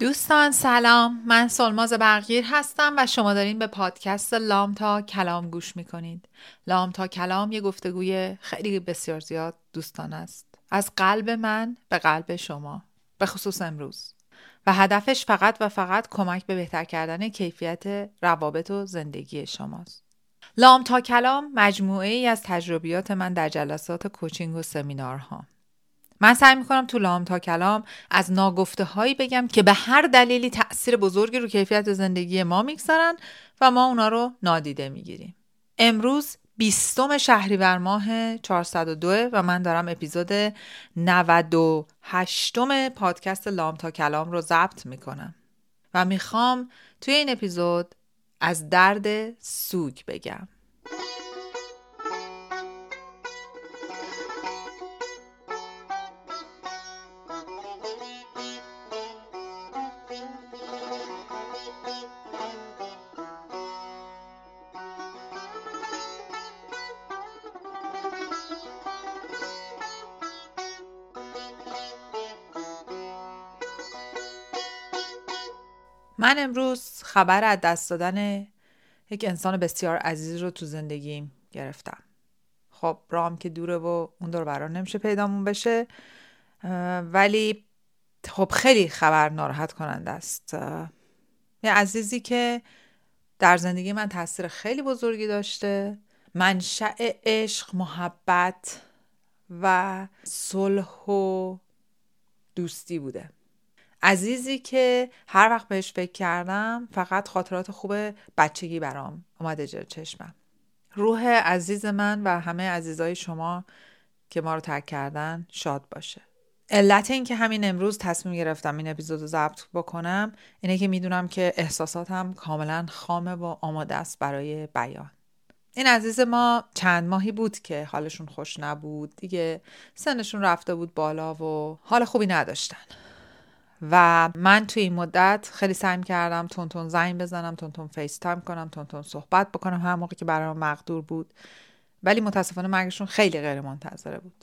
دوستان سلام، من سلماز برقگیر هستم و شما دارین به پادکست لام تا کلام گوش میکنید. لام تا کلام یه گفتگوی خیلی بسیار زیاد دوستانه است، از قلب من به قلب شما، به خصوص امروز، و هدفش فقط و فقط کمک به بهتر کردن کیفیت روابط و زندگی شماست. لام تا کلام مجموعه ای از تجربیات من در جلسات کوچینگ و سمینارها. من سعی میکنم تو لام تا کلام از ناگفته هایی بگم که به هر دلیلی تأثیر بزرگی رو کیفیت زندگی ما میگذارن و ما اونا رو نادیده میگیریم. امروز 20 شهریور ماه 402 و من دارم اپیزود 98 پادکست لام تا کلام رو ضبط میکنم و میخوام توی این اپیزود از درد سوگ بگم. من امروز خبر از دست دادن یک انسان بسیار عزیز رو تو زندگیم گرفتم. خب رام که دوره و اون دور برار نمیشه پیدامون بشه، ولی خب خیلی خبر ناراحت کننده است. یه عزیزی که در زندگی من تاثیر خیلی بزرگی داشته، منشأ عشق، محبت و صلح و دوستی بوده. عزیزی که هر وقت بهش فکر کردم فقط خاطرات خوب بچگی برام اومده جلوی چشمم. روح عزیز من و همه عزیزای شما که ما رو ترک کردن شاد باشه. علت این که همین امروز تصمیم گرفتم این اپیزودو ضبط بکنم اینه که میدونم که احساساتم کاملا خامه و آماده است برای بیان. این عزیز ما چند ماهی بود که حالشون خوش نبود، دیگه سنشون رفته بود بالا و حال خوبی نداشتن و من توی این مدت خیلی سعی کردم تون زنگ بزنم، تون فیس تایم کنم، تون صحبت بکنم هر موقع که برام مقدور بود، ولی متاسفانه مرگشون خیلی غیر منتظره بود.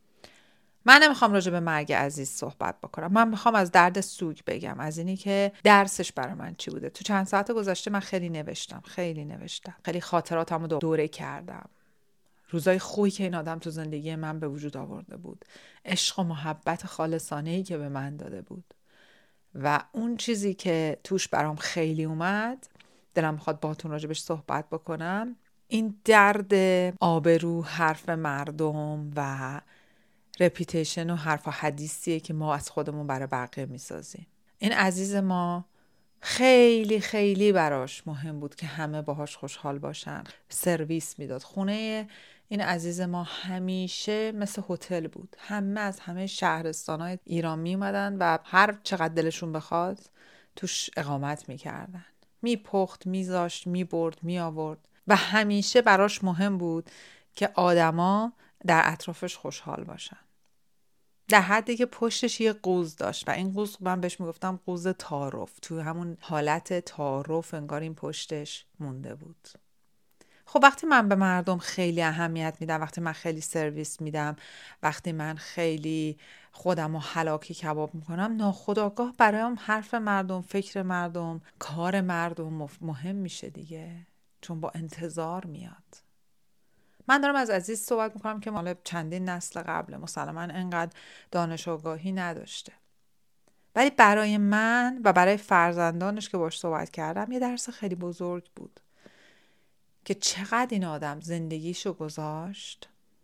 من نمیخوام راجع به مرگ عزیز صحبت بکنم، من میخوام از درد سوگ بگم، از اینی که درسش برای من چی بوده. تو چند ساعت گذشته من خیلی نوشتم، خیلی خاطراتمو دوره کردم، روزای خوبی که این آدم تو زندگی من به وجود آورده بود، عشق و محبت خالصانه‌ای که به من داده بود و اون چیزی که توش برام خیلی اومد، دلم میخواد باهاتون راجبش صحبت بکنم. این درد آبرو، حرف مردم و رپیتیشن و حرف و حدیثیه که ما از خودمون برای بقیه میسازیم. این عزیز ما خیلی خیلی براش مهم بود که همه باهاش خوشحال باشن. سرویس میداد. خونه این عزیز ما همیشه مثل هتل بود. همه از همه شهرستان‌های ایران می اومدن و هر چقدر دلشون بخواد توش اقامت میکردن. میپخت، میذاشت، میبرد، میآورد و همیشه براش مهم بود که آدما در اطرافش خوشحال باشن. در حدی که پشتش یه قوز داشت و این قوز من بهش میگفتم قوز تعارف. تو همون حالت تعارف انگار این پشتش مونده بود. خب وقتی من به مردم خیلی اهمیت میدم، وقتی من خیلی سرویس میدم، وقتی من خیلی خودم رو حلاکی کباب میکنم، ناخودآگاه برایم حرف مردم، فکر مردم، کار مردم مهم میشه دیگه، چون با انتظار میاد. من دارم از عزیز صحبت میکنم که مال چندین نسل قبله، مسلماً انقدر دانش و آگاهی نداشته، ولی برای من و برای فرزندانش که باش صحبت کردم یه درس خیلی بزرگ بود که چقدر این آدم زندگیشو گذاشت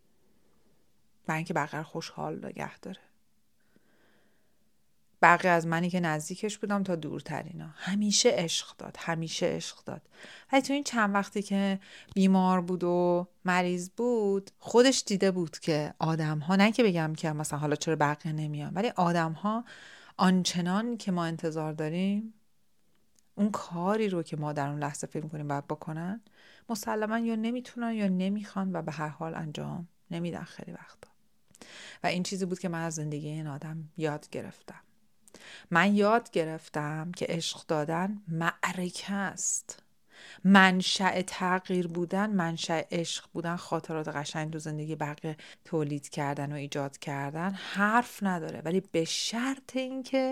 برای اینکه بقیه خوشحال نگه داره. بقیه از منی که نزدیکش بودم تا دورترینا همیشه عشق داد. ولی تو این چند وقتی که بیمار بود و مریض بود، خودش دیده بود که آدم ها، نه که بگم که مثلا حالا چرا بقیه نمیان، ولی آدم ها آنچنان که ما انتظار داریم اون کاری رو که ما در اون لحظه فکر می‌کنیم باید بکنن، مسلماً یا نمیتونن یا نمیخوان و به هر حال انجام نمیدن خیلی وقتا. و این چیزی بود که من از زندگی این آدم یاد گرفتم. من یاد گرفتم که عشق دادن معرکه است. منشأ تغییر بودن، منشأ عشق بودن، خاطرات قشنگ تو زندگی بقیه تولید کردن و ایجاد کردن حرف نداره، ولی به شرط اینکه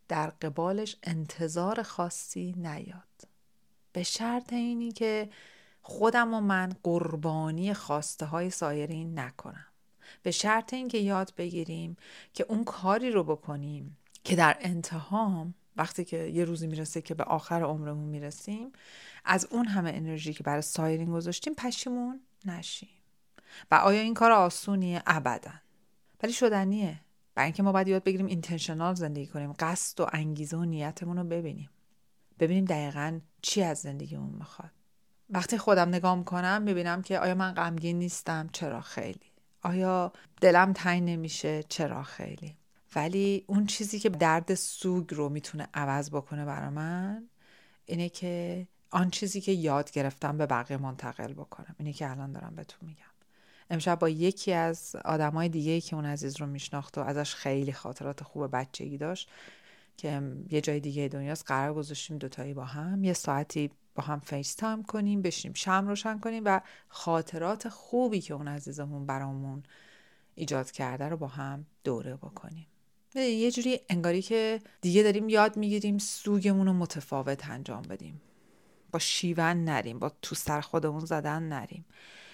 در قبالش انتظار خاصی نیاد، به شرط اینی که خودم و من قربانی خواسته های سایرین نکنم، به شرط اینکه یاد بگیریم که اون کاری رو بکنیم که در انتهام وقتی که یه روزی میرسه که به آخر عمرمون میرسیم از اون همه انرژی که برای سایرین گذاشتیم پشیمون نشیم. و آیا این کار آسونیه؟ ابداً، ولی شدنیه. برای اینکه ما باید یاد بگیریم اینتنشنال زندگی کنیم، قصد و انگیزه و نیتمون رو ببینیم دقیقاً چی از زندگیمون میخواد. وقتی خودم نگاه میکنم میبینم که آیا من غمگین نیستم؟ چرا؟ خیلی. آیا دلم تنگ نمیشه؟ چرا؟ خیلی. ولی اون چیزی که درد سوگ رو میتونه عوض بکنه برای من اینه که آن چیزی که یاد گرفتم به بقیه منتقل بکنم. اینه که الان دارم بهتون میگم. امشب با یکی از آدمای دیگه‌ای که اون عزیز رو میشناخت و ازش خیلی خاطرات خوب بچگی داشت که یه جای دیگه دنیاست، قرار گذاشتیم دوتایی با هم یه ساعتی با هم فیس تایم کنیم، بشیم شمع روشن کنیم و خاطرات خوبی که اون عزیزمون برامون ایجاد کرده رو با هم دوره بکنیم. یه جوری انگاری که دیگه داریم یاد میگیریم سوگمون رو متفاوت انجام بدیم، با شیون نریم، با تو سر خودمون زدن نریم،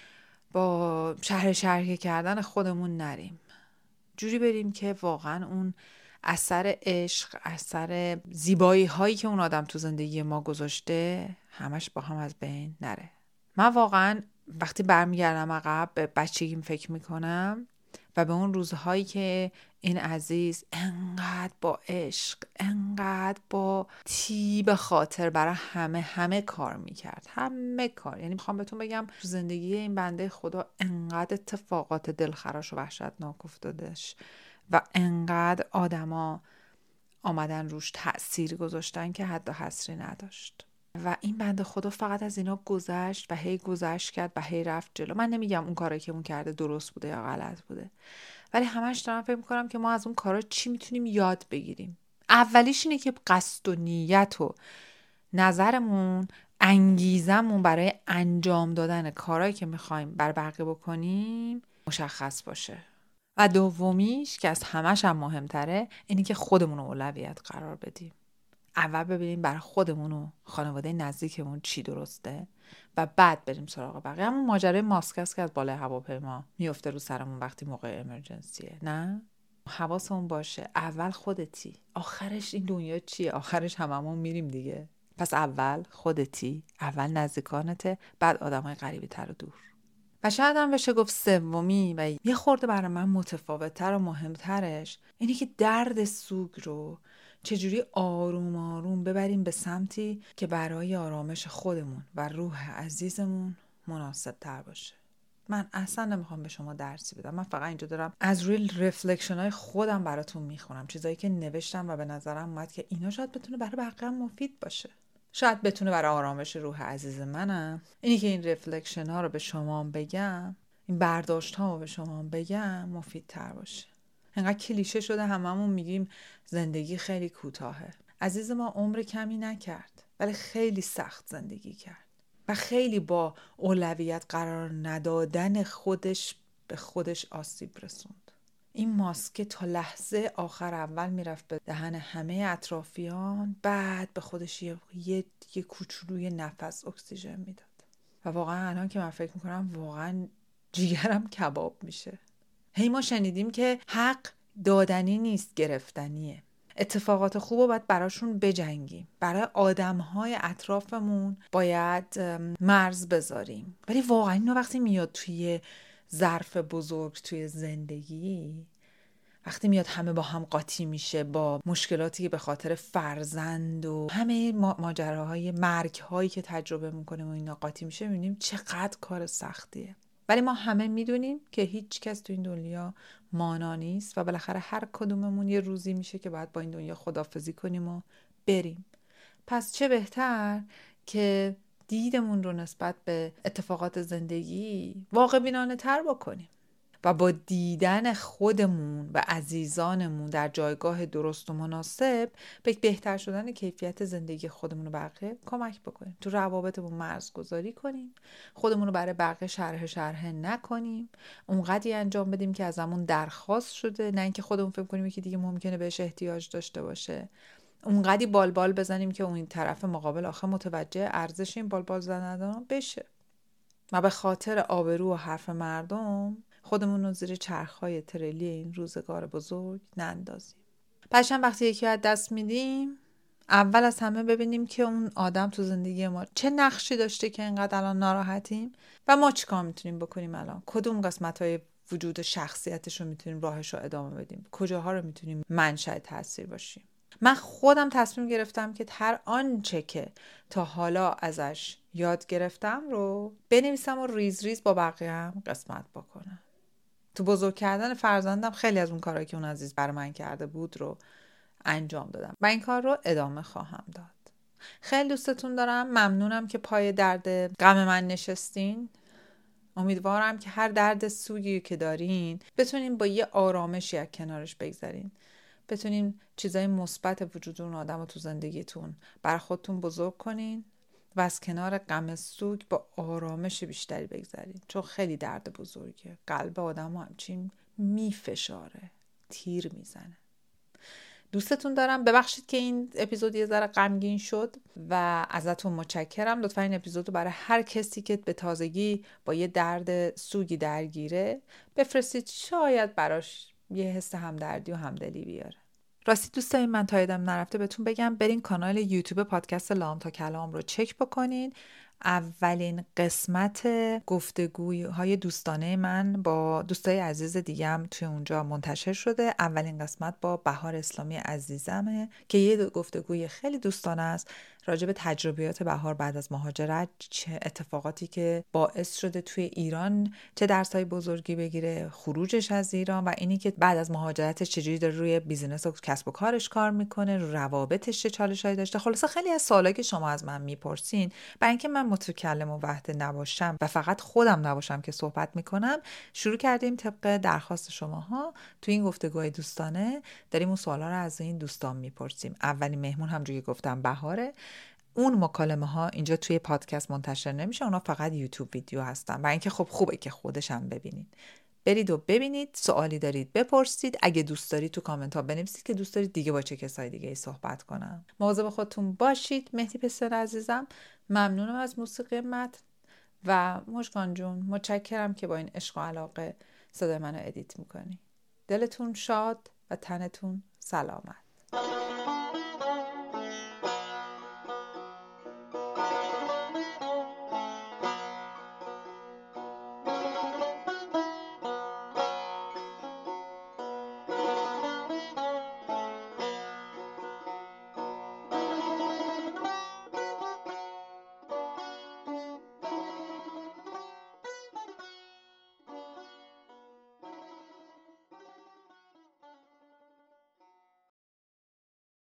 با شرحه کردن خودمون نریم، جوری بریم که واقعا اون اثر عشق، اثر زیبایی هایی که اون آدم تو زندگی ما گذاشته همش با هم از بین نره. من واقعا وقتی برمیگردم عقب به بچگیم فکر میکنم و به اون روزهایی که این عزیز انقدر با عشق، انقدر با تیب خاطر برای همه کار میکرد، همه کار. یعنی میخوام بهتون بگم تو زندگی این بنده خدا انقدر اتفاقات دلخراش و وحشتناک افتادش و انقدر آدما آمدن روش تأثیر گذاشتن که حد و حصری نداشت و این بنده خدا فقط از اینا گذشت و هی گذشت کرد و هی رفت جلو. من نمیگم اون کاری که اون کرده درست بوده یا غلط بوده، ولی همش دارم فکر میکنم که ما از اون کارا چی میتونیم یاد بگیریم. اولیش اینه که قصد و نیت و نظرمون، انگیزمون برای انجام دادن کارهایی که میخوایم بر بقیه بکنیم مشخص باشه. و دومیش که از همش هم مهمتره اینه که خودمون رو اولویت قرار بدیم. اول ببینیم برای خودمون و خانواده نزدیکمون چی درسته و بعد بریم سراغ بقیه. همون ماجرای ماسک است که از بالای هواپیما میفته رو سرمون وقتی موقع امرجنسیه. نه، حواسمون باشه اول خودتی، آخرش این دنیا چیه؟ آخرش هممون میریم دیگه. پس اول خودتی، اول نزدیکانته، بعد آدمای قریبی تر و دور. و شاید هم بشه گفت سومی و یه خورده برای من متفاوت‌تر و مهمترش اینه که درد سوگ رو چجوری آروم آروم ببریم به سمتی که برای آرامش خودمون و روح عزیزمون مناسب تر باشه. من اصلا نمیخوام به شما درسی بدم، من فقط اینجا دارم از روی رفلکشن های خودم براتون میخونم، چیزایی که نوشتم و به نظرم اومد که اینا شاید بتونه برای بقیه مفید باشه، شاید بتونه برای آرامش روح عزیز منم. اینی که این رفلکشن ها رو به شما بگم، این برداشت ها رو به شما بگم مفیدتر باشه. انقدر کلیشه شده هممون میگیم زندگی خیلی کوتاهه. عزیز ما عمر کمی نکرد ولی خیلی سخت زندگی کرد و خیلی با اولویت قرار ندادن خودش به خودش آسیب رسوند. این ماسک تا لحظه آخر اول میرفت به دهن همه اطرافیان، بعد به خودش یه کوچولوی نفس اکسیژن میداد و واقعا الان که من فکر میکنم واقعا جیگرم کباب میشه. هی ما شنیدیم که حق دادنی نیست، گرفتنیه. اتفاقات خوب رو باید براشون بجنگیم، برای آدمهای اطرافمون باید مرز بذاریم، ولی واقعا اینو وقتی میاد توی ظرف بزرگ توی زندگی، وقتی میاد همه با هم قاطی میشه با مشکلاتی که به خاطر فرزند و همه ماجراهای مرگ‌هایی که تجربه میکنیم و اینا قاطی میشه، میبینیم چقدر کار سختیه. ولی ما همه میدونیم که هیچ کس تو این دنیا مانا نیست و بالاخره هر کدوممون یه روزی میشه که باید با این دنیا خداحافظی کنیم و بریم. پس چه بهتر که دیدمون رو نسبت به اتفاقات زندگی واقع بینانه تر بکنیم و با دیدن خودمون و عزیزانمون در جایگاه درست و مناسب به بهتر شدن کیفیت زندگی خودمون و بقیه کمک بکنیم. تو روابطمون مرز گذاری کنیم، خودمون رو برای بقیه شرح نکنیم، اونقدری انجام بدیم که ازمون درخواست شده، نه اینکه خودمون فکر کنیم که دیگه ممکنه بهش احتیاج داشته باشه. اونقدی بالبال بزنیم که اون طرف مقابل آخه متوجه ارزش این بالبال زدن بشه و به خاطر آبرو و حرف مردم خودمون رو زیر چرخهای تریلی این روزگار بزرگ نندازیم. پس وقتی یکی از دست میدیم، اول از همه ببینیم که اون آدم تو زندگی ما چه نقشی داشته که اینقدر الان ناراحتیم و ما چیکار میتونیم بکنیم الان. کدوم قسمت‌های وجود شخصیتش رو میتونیم راهش رو ادامه بدیم، کجاها رو میتونیم منشأ تاثیر باشیم. من خودم تصمیم گرفتم که هر آنچه که تا حالا ازش یاد گرفتم رو بنویسم و ریز ریز با بقیه هم قسمت بکنم. تو بزرگ کردن فرزندم خیلی از اون کارهایی که اون عزیز برای من کرده بود رو انجام دادم و این کار رو ادامه خواهم داد. خیلی دوستتون دارم. ممنونم که پای درد غم من نشستین. امیدوارم که هر درد سوگی که دارین بتونین با یه آرامشی از کنارش بگذارین. بتونین چیزای مثبت وجود اون آدم رو تو زندگیتون بر خودتون بزرگ کنین و از کنار غم سوگ با آرامش بیشتری بگذارین، چون خیلی درد بزرگه. قلب آدم همچین میفشاره، تیر میزنه. دوستتون دارم. ببخشید که این اپیزود یه ذره غمگین شد و ازتون متشکرم. لطفا این اپیزود رو برای هر کسی که به تازگی با یه درد سوگی درگیره بفرستید، شاید براش یه حس همدردی و همدلی بیاره. راستی دوستای من، تا یادم نرفته بهتون بگم برین کانال یوتیوب پادکست لام تا کلام رو چک بکنین. اولین قسمت گفتگوهای دوستانه من با دوستای عزیز دیگم توی اونجا منتشر شده. اولین قسمت با بهار اسلامی عزیزمه که یه گفتگوی خیلی دوستانه است راجع به تجربیات بهار بعد از مهاجرت، چه اتفاقاتی که باعث شده توی ایران چه درسای بزرگی بگیره، خروجش از ایران و اینی که بعد از مهاجرتش چجوری داره روی بیزینس و کسب و کارش کار میکنه، رو روابطش چه چالشایی داشته. خلاصه خیلی از سوالایی که شما از من میپرسین، برای اینکه من متکلم و وحده نباشم و فقط خودم نباشم که صحبت میکنم، شروع کردیم طبق درخواست شماها تو این گفتگوهای دوستانه داریم اون سوالا رو از این دوستان میپرسیم. اولین مهمون همونجوری که گفتم بهاره. اون مکالمه ها اینجا توی پادکست منتشر نمیشه، اونا فقط یوتیوب ویدیو هستن و اینکه خب خوبه که خودش هم ببینید. برید و ببینید، سوالی دارید بپرسید، اگه دوست دارید تو کامنت ها بنویسید که دوست دارید دیگه با چه کسای دیگه ای صحبت کنم. مواظب خودتون باشید. مهدی پسر عزیزم، ممنونم از موسیقی متن و مژگان جون متشکرم که با این عشق و علاقه صدای منو ادیت میکنی. دلتون شاد و تنتون سلامت.